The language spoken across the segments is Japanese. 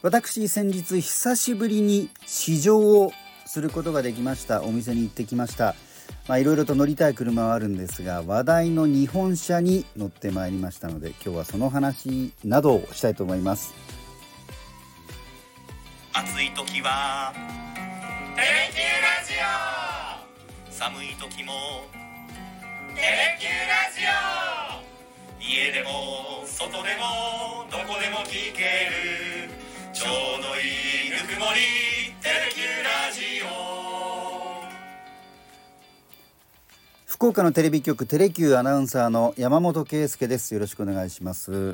私先日久しぶりに試乗をすることができました。お店に行ってきました。いろいろと乗りたい車はあるんですが、話題の日本車に乗ってまいりましたので、今日はその話などをしたいと思います。 暑い時はテレキューラジオ、寒い時もテレキューラジオ、家でも外でもどこでも聞けるちょうどいいぬくもり、テレキューラジオ。 福岡のテレビ局テレキューアナウンサーの山本圭介です。よろしくお願いします。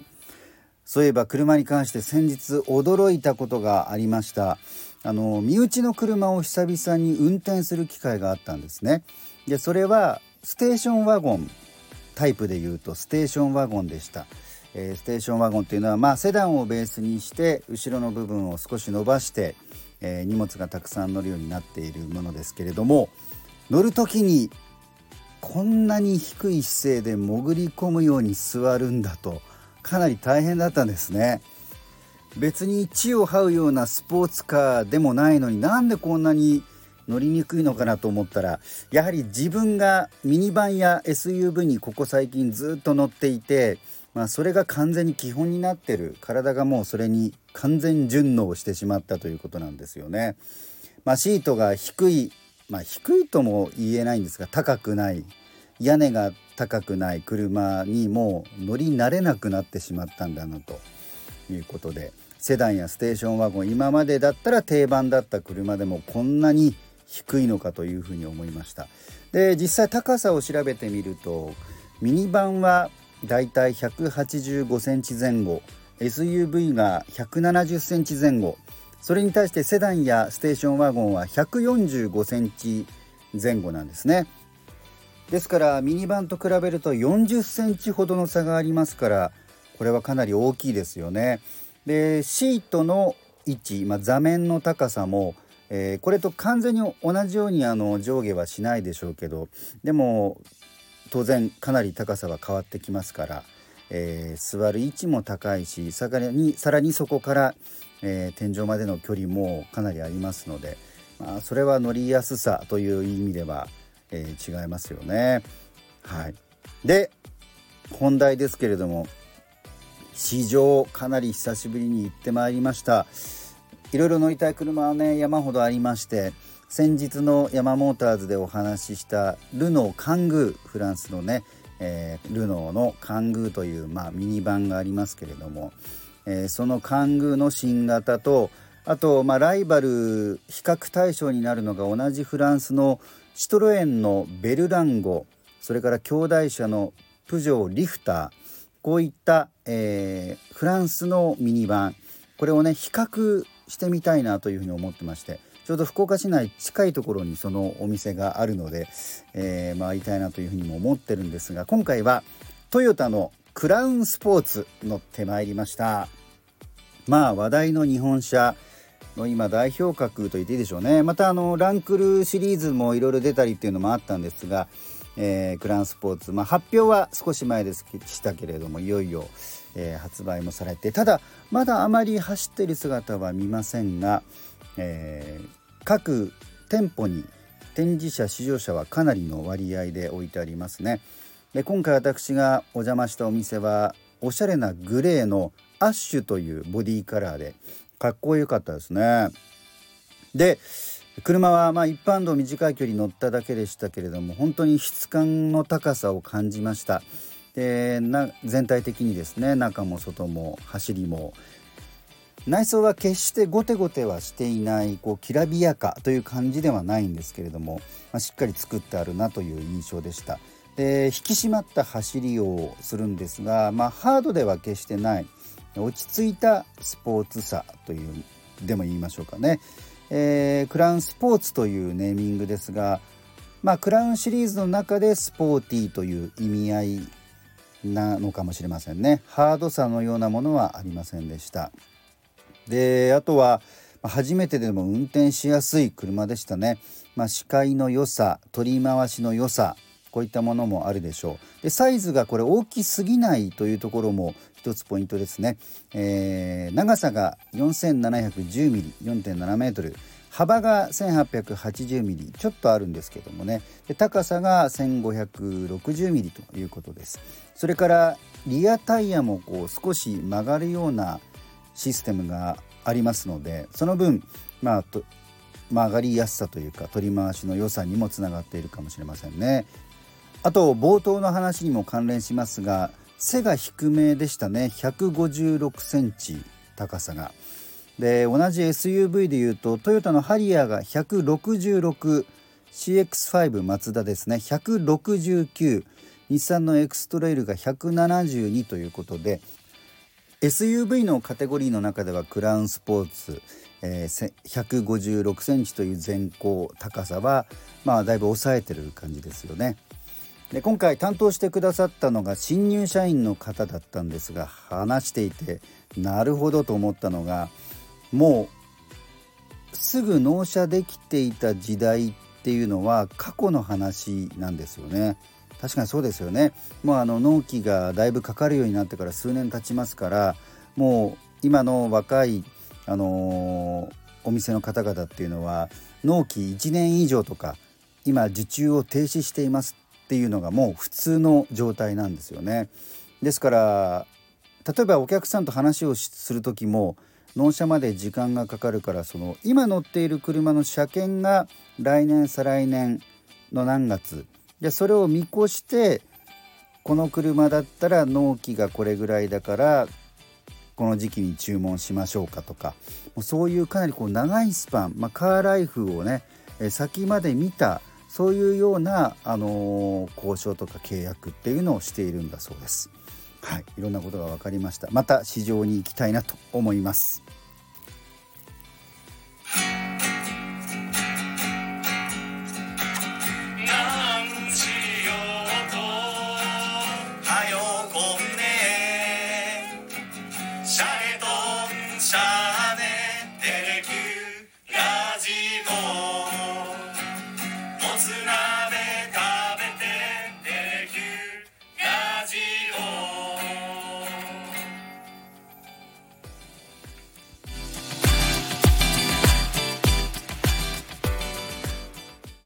そういえば車に関して先日驚いたことがありました。身内の車を久々に運転する機会があったんですね。でそれはステーションワゴンタイプでいうとステーションワゴンでした。ステーションワゴンというのは、セダンをベースにして後ろの部分を少し伸ばして、荷物がたくさん乗るようになっているものですけれども、乗る時にこんなに低い姿勢で潜り込むように座るんだと、かなり大変だったんですね。別に地を這うようなスポーツカーでもないのに、なんでこんなに乗りにくいのかなと思ったら、やはり自分がミニバンや SUV にここ最近ずっと乗っていて、それが完全に基本になってる、体がもうそれに完全順応してしまったということなんですよね。シートが低い、低いとも言えないんですが、高くない、屋根が高くない車にもう乗り慣れなくなってしまったんだなということで、セダンやステーションワゴン、今までだったら定番だった車でもこんなに低いのかというふうに思いました。で実際高さを調べてみると、ミニバンはだいたい185センチ前後、 SUV が170センチ前後、それに対してセダンやステーションワゴンは145センチ前後なんですね。ですからミニバンと比べると40センチほどの差がありますから、これはかなり大きいですよね。でシートの位置、座面の高さも、これと完全に同じように上下はしないでしょうけど、でも当然かなり高さは変わってきますから、座る位置も高いし、さらにそこから、天井までの距離もかなりありますので、それは乗りやすさという意味では、違いますよね。はい。で本題ですけれども、試乗かなり久しぶりに行ってまいりました。いろいろ乗りたい車はね、山ほどありまして、先日のヤマモーターズでお話ししたルノーカングー、フランスのね、ルノーのカングーという、ミニバンがありますけれども、そのカングーの新型と、あと、ライバル比較対象になるのが同じフランスのシトロエンのベルランゴ、それから兄弟車のプジョーリフター、こういった、フランスのミニバン、これをね比較してみたいなというふうに思ってまして、ちょうど福岡市内近いところにそのお店があるので、回りたいなというふうにも思ってるんですが、今回はトヨタのクラウンスポーツ乗ってまいりました。話題の日本車の今代表格と言っていいでしょうね。またランクルシリーズもいろいろ出たりっていうのもあったんですが、クラウンスポーツ、発表は少し前でしたけれども、いよいよ、発売もされて、ただまだあまり走っている姿は見ませんが、各店舗に展示車試乗車はかなりの割合で置いてありますね。で今回私がお邪魔したお店はおしゃれなグレーのアッシュというボディカラーでかっこよかったですね。で車は一般道短い距離乗っただけでしたけれども、本当に質感の高さを感じました。で全体的にですね、中も外も走りも、内装は決してゴテゴテはしていない、きらびやかという感じではないんですけれども、しっかり作ってあるなという印象でした。で引き締まった走りをするんですが、ハードでは決してない、落ち着いたスポーツさというでも言いましょうかね。クラウンスポーツというネーミングですが、クラウンシリーズの中でスポーティーという意味合いなのかもしれませんね。ハードさのようなものはありませんでした。であとは初めてでも運転しやすい車でしたね。視界の良さ、取り回しの良さ、 こういったものもあるでしょう。でサイズがこれ大きすぎないというところも一つポイントですね。長さが 4710mm 4.7 メートル、幅が 1880mm ちょっとあるんですけどもね。で高さが 1560mm ということです。それからリアタイヤもこう少し曲がるようなシステムがありますので、その分曲がりやすさというか取り回しの良さにもつながっているかもしれませんね。あと冒頭の話にも関連しますが、背が低めでしたね。156センチ高さが。で同じ SUV でいうとトヨタのハリアーが166、 CX5 マツダですね169、日産のエクストレイルが172ということで、 SUV のカテゴリーの中ではクラウンスポーツ、156センチという全高高さはだいぶ抑えてる感じですよね。で今回担当してくださったのが新入社員の方だったんですが、話していてなるほどと思ったのが、もうすぐ納車できていた時代っていうのは過去の話なんですよね。確かにそうですよね。もう納期がだいぶかかるようになってから数年経ちますから、もう今の若い、お店の方々っていうのは納期1年以上とか今受注を停止していますっていうのがもう普通の状態なんですよね。ですから例えばお客さんと話をする時も納車まで時間がかかるから、その今乗っている車の車検が来年再来年の何月で、それを見越してこの車だったら納期がこれぐらいだからこの時期に注文しましょうかとか、もうそういうかなり長いスパン、カーライフをね先まで見たそういうような、交渉とか契約っていうのをしているんだそうです。はい、いろんなことが分かりました。また市場に行きたいなと思います。 なんしようとはよこんねシャレとんシャ